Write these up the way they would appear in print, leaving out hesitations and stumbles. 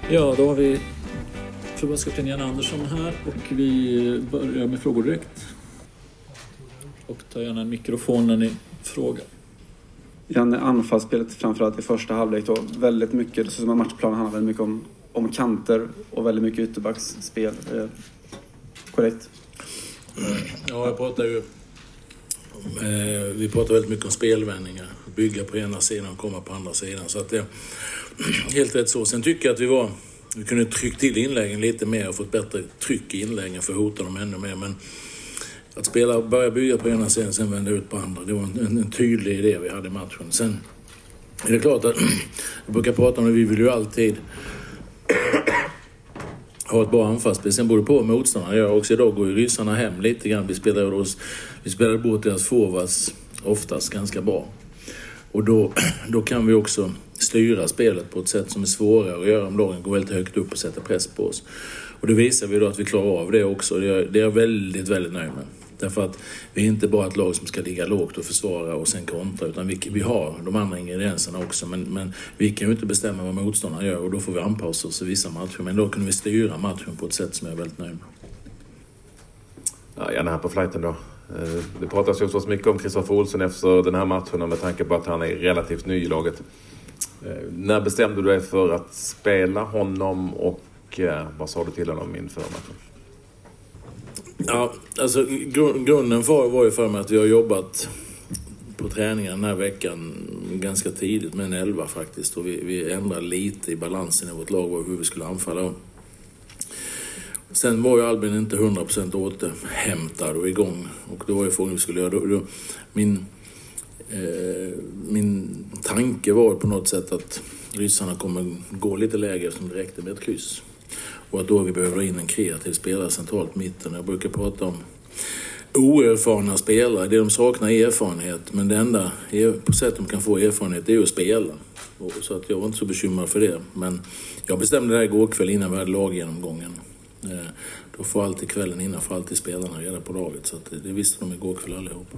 Ja, då har vi förbundskapten Jan Andersson här och vi börjar med frågor direkt. Och ta gärna en mikrofon när ni frågar. Janne, anfallsspelet framförallt i första halvlek då, väldigt mycket, det ser som att matchplanen handlar väldigt mycket om kanter och väldigt mycket ytterbacksspel. Korrekt? Ja, vi pratar väldigt mycket om spelvändningar. Bygga på ena sidan och komma på andra sidan. Så att det är helt rätt så. Sen tycker jag att vi kunde trycka till inläggen lite mer och få ett bättre tryck i inläggen för att hota dem ännu mer. Men att börja bygga på ena sidan sen vända ut på andra, det var en tydlig idé vi hade i matchen. Sen är det klart att jag brukar prata om det, vi vill ju alltid ha ett bra anfallsspel. Sen borde på motståndarna. Jag också idag går ju ryssarna vi lite grann. Vi spelade bort deras forwards oftast ganska bra. Och då kan vi också styra spelet på ett sätt som är svårare att göra om lagen går väldigt högt upp och sätter press på oss. Och det visar vi då att vi klarar av det också. Det är jag väldigt, väldigt nöjd med. Därför att vi är inte bara ett lag som ska ligga lågt och försvara och sen kontra, utan vi har de andra ingredienserna också. Men vi kan ju inte bestämma vad motståndarna gör och då får vi anpassa oss i vissa matcher. Men då kunde vi styra matchen på ett sätt som jag är väldigt nöjd med. Ja, gärna här på flighten då. Det pratas ju så mycket om Kristoffer Olsson efter den här matchen med tanke på att han är relativt ny i laget. När bestämde du dig för att spela honom och vad sa du till honom inför matchen? Ja, alltså grunden var ju för mig att vi har jobbat på träningen den här veckan ganska tidigt med en 11 faktiskt. Och vi ändrade lite i balansen i vårt lag och hur vi skulle anfalla. Sen var ju Albin inte 100% återhämtad och igång. Och då var ju frågan vi skulle göra. Min tanke var på något sätt att ryssarna kommer gå lite lägre eftersom det räckte med ett kryss. Och att då vi behöver in en kreativ spelare centralt mitten. Jag brukar prata om oerfarna spelare. Det de saknar är erfarenhet. Men det enda på sätt de kan få erfarenhet är att spela. Så att jag var inte så bekymrad för det. Men jag bestämde det här igår kväll innan vi hade laggenomgången. Då får alltid kvällen innan för alltid spelarna reda på laget. Så att det visste de igår kväll allihopa.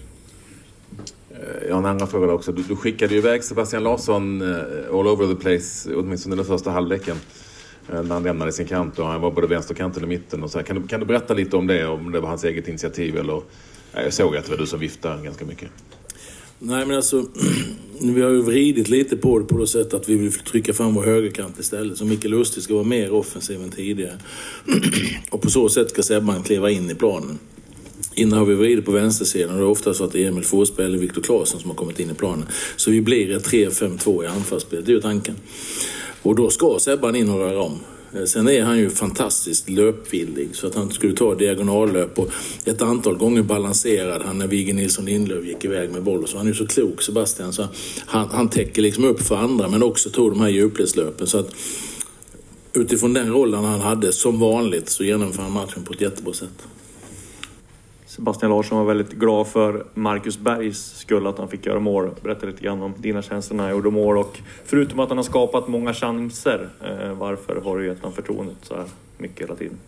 Jag har en andra fråga också. Du skickade ju iväg Sebastian Larsson all over the place, åtminstone den första halvleken. När han lämnade sin kant och han var både vänsterkanten och mitten. Och så här. Kan du berätta lite om det var hans eget initiativ? Eller, jag såg att det var du som viftade ganska mycket. Nej, men alltså, vi har ju vridit lite på det sätt att vi vill trycka fram vår högerkant istället. Så Mikael Lustig ska vara mer offensiv än tidigare. Och på så sätt ska Sebban kliva in i planen. Innan har vi vridit på vänstersidan och det är ofta så att det är Emil Forsberg eller Viktor Claesson som har kommit in i planen. Så vi blir ett 3-5-2 i anfallsspelet, det är ju tanken. Och då ska Sebban in och röra om. Sen är han ju fantastiskt löpvillig så att han skulle ta diagonallöp och ett antal gånger balanserad han när Vigge Nilsson Lindlöf gick iväg med boll. Så han är ju så klok, Sebastian, så han täcker liksom upp för andra men också tog de här djupledslöpen. Så att utifrån den rollen han hade som vanligt så genomför han matchen på ett jättebra sätt. Sebastian Larsson var väldigt glad för Marcus Bergs skull att han fick göra mål. Berätta lite grann om dina känslor när han gjorde mål. Och förutom att han har skapat många chanser, varför har du gett honom förtroendet så här mycket hela tiden?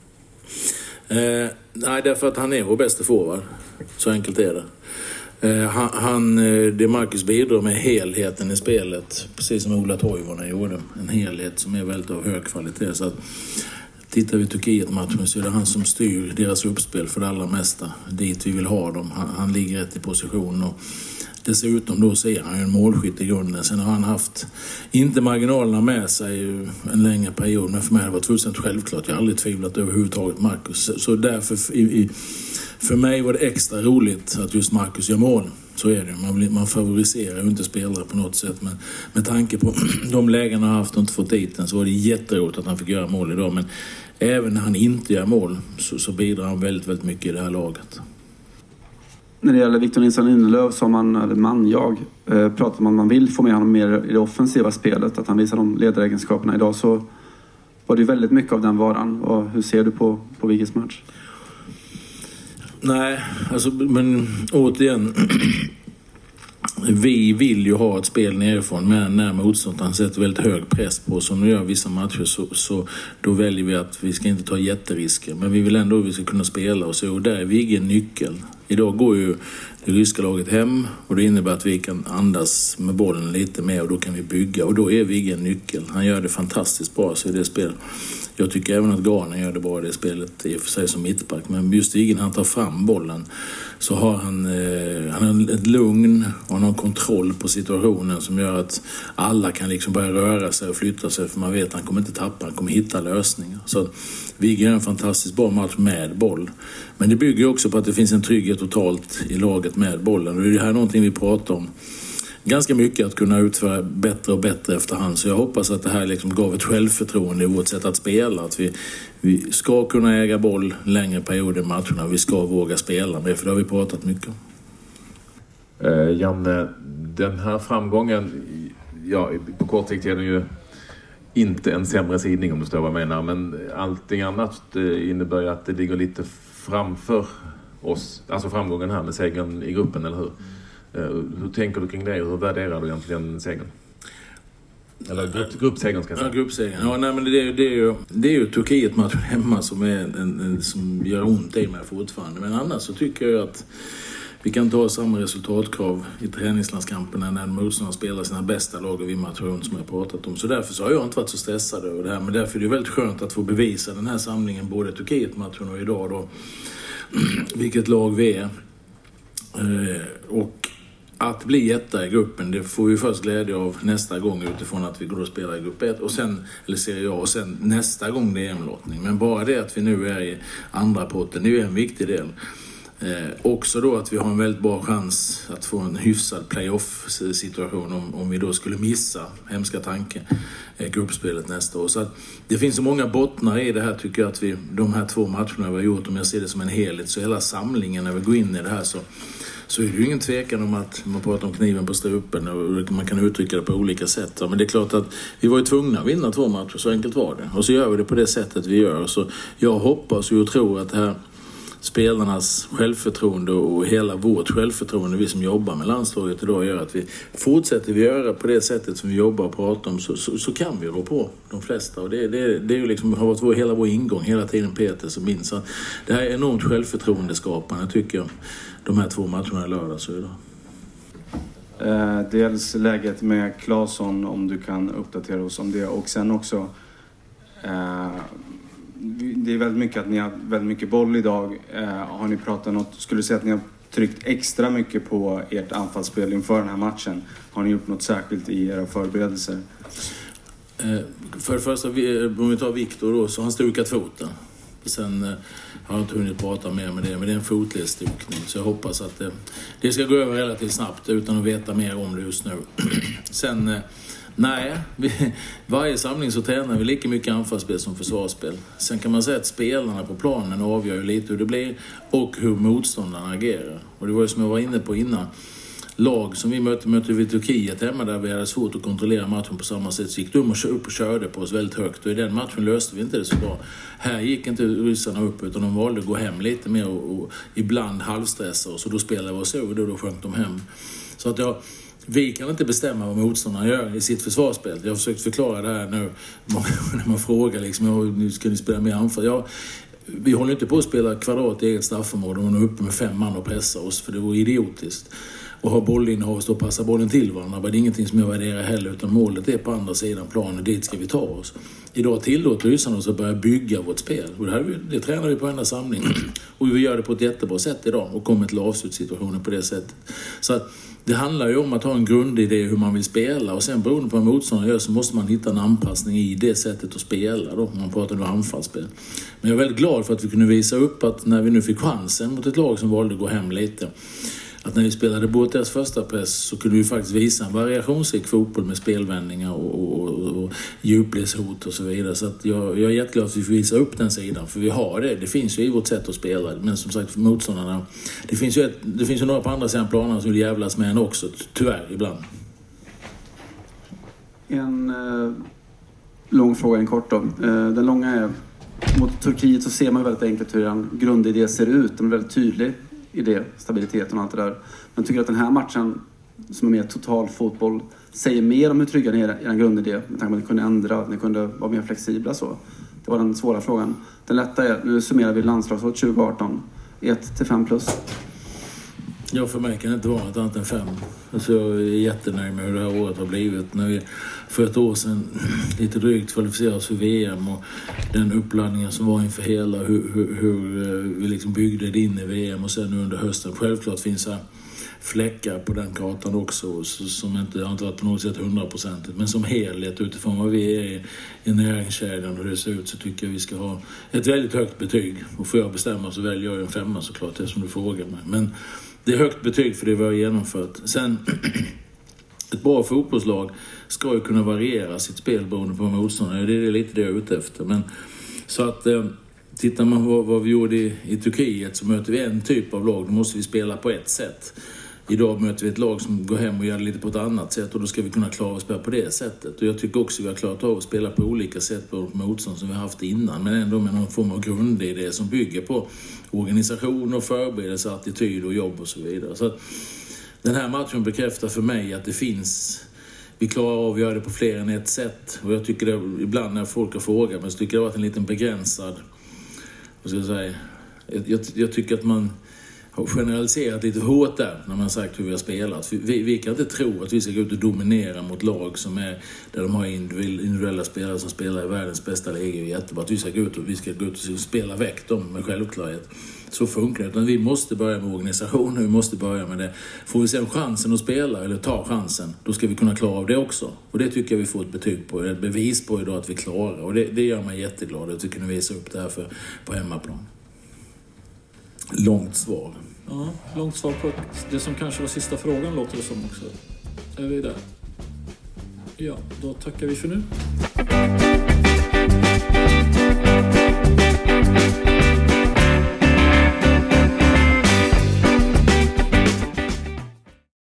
Nej, därför att han är vår bästa forward. Så enkelt är det. Det Marcus bidrar med helheten i spelet, precis som Ola Toivonen gjorde. En helhet som är väldigt av hög kvalitet. Så att tittar vi Turkiet-matchen så är det han som styr deras uppspel för det allra mesta. Dit vi vill ha dem. Han ligger rätt i position och dessutom då ser han ju en målskytt i grunden. Sen har han haft, inte marginalerna med sig en längre period, men för mig har det varit fullständigt självklart. Jag har aldrig tvivlat överhuvudtaget Marcus. Så därför för mig var det extra roligt att just Marcus gör mål. Så är det. Man favoriserar ju inte spelare på något sätt. Men med tanke på de lägen han har haft och inte fått dit den så var det jätteroligt att han fick göra mål idag. Men även när han inte gör mål så bidrar han väldigt, väldigt mycket i det här laget. När det gäller Victor Nilsson Lindlöf pratar man vill få med honom mer i det offensiva spelet. Att han visar de ledaregenskaperna idag så var det väldigt mycket av den varan. Och hur ser du på Vigges match? Nej, alltså, men återigen vi vill ju ha ett spel nerifrån, men när motståndaren sätter väldigt hög press på, som de gör vissa matcher, så då väljer vi att vi ska inte ta jätterisker. Men vi vill ändå att vi ska kunna spela och så, och där är Vigge en nyckel. Idag går ju det ryska laget hem och det innebär att vi kan andas med bollen lite mer och då kan vi bygga, och då är Vigge en nyckel. Han gör det fantastiskt bra så i det spelet. Jag tycker även att Garnen gör det bra i det spelet i och för sig som mittback, men just Vigge när han tar fram bollen så har han har ett lugn och han har kontroll på situationen som gör att alla kan liksom börja röra sig och flytta sig, för man vet att han kommer inte tappa, han kommer hitta lösningar. Så Vigge är en fantastiskt bra match med boll. Men det bygger också på att det finns en trygghet totalt i laget med bollen, och det är det här någonting vi pratar om ganska mycket, att kunna utföra bättre och bättre efterhand. Så jag hoppas att det här liksom gav ett självförtroende i vårt sätt att spela. Att vi ska kunna äga boll längre perioder i matcherna. Vi ska våga spela med, för det har vi pratat mycket om. Janne, den här framgången, ja, på kort sikt är den ju inte en sämre sidning om du förstår vad jag menar. Men allting annat innebär ju att det ligger lite framför oss. Alltså framgången här med segern i gruppen, eller hur? Hur tänker du kring det? Hur värderar du egentligen segern? Eller gruppsegern ska jag säga. Ja, gruppsegern. Ja, nej, men det är ju Turkiet-matchen hemma som är som gör ont i mig fortfarande. Men annars så tycker jag att vi kan ta samma resultatkrav i träningslandskamperna när motståndarna spelar sina bästa lag och vi matcher runt som jag pratat om. Så därför så har jag inte varit så stressad över det här. Men därför är det väldigt skönt att få bevisa den här samlingen, både Turkiet-matchen och idag då, vilket lag vi är. Och att bli etta i gruppen, det får vi först glädje av nästa gång utifrån att vi går och spelar i grupp 1 och sen, eller Serie A, och sen nästa gång det är EM-lottning. Men bara det att vi nu är i andra potten, det är ju en viktig del. Också då att vi har en väldigt bra chans att få en hyfsad playoff-situation om vi då skulle missa, hemska tanke, gruppspelet nästa år. Så att det finns så många bottnar i det här, tycker jag, att de här 2 matcherna vi har gjort, om jag ser det som en helhet, så hela samlingen när vi går in i det här så är det ju ingen tvekan om att man pratar om kniven på strupen och man kan uttrycka det på olika sätt. Men det är klart att vi var ju tvungna att vinna 2 matcher, så enkelt var det. Och så gör vi det på det sättet vi gör. Så jag hoppas och tror att det här spelarnas självförtroende och hela vårt självförtroende, vi som jobbar med landslaget idag, gör att vi fortsätter vi göra på det sättet som vi jobbar och pratar om, så kan vi rå på de flesta. Och det är ju liksom, har varit hela vår ingång hela tiden, Peter, som minns. Så det här är enormt självförtroendeskapande, tycker jag, de här 2 matcherna i lördags och idag. Dels läget med Claesson, om du kan uppdatera oss om det, och sen också det är väldigt mycket att ni har väldigt mycket boll idag. Har ni pratat något, skulle du säga att ni har tryckt extra mycket på ert anfallsspel inför den här matchen? Har ni gjort något särskilt i era förberedelser? För det första, om vi tar Viktor då, så har han stukat foten. Sen har jag inte hunnit prata mer med det, men det är en fotledsstukning. Så jag hoppas att det ska gå över relativt snabbt utan att veta mer om det just nu. Sen, nej, varje samling så tränar vi lika mycket anfallsspel som försvarsspel. Sen kan man säga att spelarna på planen avgör ju lite hur det blir och hur motståndarna agerar. Och det var ju som jag var inne på innan. Lag som vi mötte vid Turkiet hemma, där vi hade svårt att kontrollera matchen på samma sätt, så gick de upp och körde på oss väldigt högt, och i den matchen löste vi inte det så bra. Här gick inte ryssarna upp, utan de valde att gå hem lite mer och ibland halvstressa oss, och då spelade vi oss över och då sjönk de hem. Så att vi kan inte bestämma vad motståndarna gör i sitt försvarsspel. Jag har försökt förklara det här nu när man frågar liksom, nu ska ni spela mer anfall. Vi håller inte på att spela kvadrat i eget straffområde och nu uppe med 5 man och pressa oss, för det vore idiotiskt. Och ha bollinnehav och stå och passa bollen till varandra, men det är ingenting som jag värderar heller, utan målet är på andra sidan planen, dit ska vi ta oss. Idag tillåter ryssarna oss att börja bygga vårt spel, och det tränar vi på enda samling, och vi gör det på ett jättebra sätt idag och kommer till avslutsituationen på det sättet. Så att det handlar ju om att ha en grundidé hur man vill spela, och sen beroende på vad motståndaren gör så måste man hitta en anpassning i det sättet att spela då, om man pratar om anfallsspel. Men jag är väldigt glad för att vi kunde visa upp att när vi nu fick chansen mot ett lag som valde att gå hem lite, att när vi spelade Båters första press så kunde vi faktiskt visa en variationsrik fotboll med spelvändningar och djupledshot och så vidare. Så att jag är jätteglad att vi får visa upp den sidan, för vi har det. Det finns ju i vårt sätt att spela. Men som sagt, för motståndarna, det finns ju några på andra sidan planen som vill jävlas med en också, tyvärr, ibland. En lång fråga, en kort då. Den långa är, mot Turkiet så ser man väldigt enkelt hur en grundidé ser ut. Den är väldigt tydlig idé, stabiliteten och allt det där. Men tycker att den här matchen som är mer total fotboll säger mer om hur trygga ni är i er grundidé med tanke på att ni kunde ändra, att ni kunde vara mer flexibla så. Det var den svåra frågan. Den lätta är, nu summerar vi landslagsåret 2018, 1-5+. Ja, för mig kan det inte vara något annat än 5. Alltså, jag är jättenöjd med hur det här året har blivit. När vi för ett år sedan lite drygt kvalificerade oss för VM och den uppladdningen som var inför hela, hur vi liksom byggde det in i VM och sen under hösten. Självklart finns det fläckar på den kartan också som inte har varit på något sätt 100%. Men som helhet utifrån vad vi är i näringskedjan och hur det ser ut så tycker jag vi ska ha ett väldigt högt betyg. Och får jag bestämma så väljer jag en 5 såklart, det som du frågar mig. Men det är högt betyg för det vi har genomfört. Sen, ett bra fotbollslag ska ju kunna variera sitt spel beroende på motståndare. Det är lite det jag är ute efter. Men, så att tittar man på vad vi gjorde i Turkiet så möter vi en typ av lag. Då måste vi spela på ett sätt. Idag möter vi ett lag som går hem och gör det lite på ett annat sätt och då ska vi kunna klara att spela på det sättet. Och jag tycker också att vi har klarat av att spela på olika sätt på motstånd som vi har haft innan. Men ändå med någon form av grundidé som bygger på organisation och förberedelse, attityd och jobb och så vidare. Så att den här matchen bekräftar för mig att det finns... Vi klarar av att göra det på fler än ett sätt. Och jag tycker det, ibland när folk har frågat men så tycker jag att det har varit en liten begränsad... Vad ska jag säga? Jag tycker att man... har generaliserat lite hårt där när man har sagt hur vi har spelat. Vi kan inte tro att vi ska gå ut och dominera mot lag som är där de har individuella spelare som spelar i världens bästa liga. Jättebra att vi ska gå ut och spela väck dem med självklarhet. Så funkar det. Utan vi måste börja med organisationen, vi måste börja med det. Får vi sen chansen att spela eller ta chansen, då ska vi kunna klara av det också. Och det tycker jag vi får ett betyg på, ett bevis på idag att vi klarar. Och det gör mig jätteglad att vi kunde visa upp det här på hemmaplan. Långt svar. Ja, långt svar på det som kanske var sista frågan låter det som också. Är vi där? Ja, då tackar vi för nu.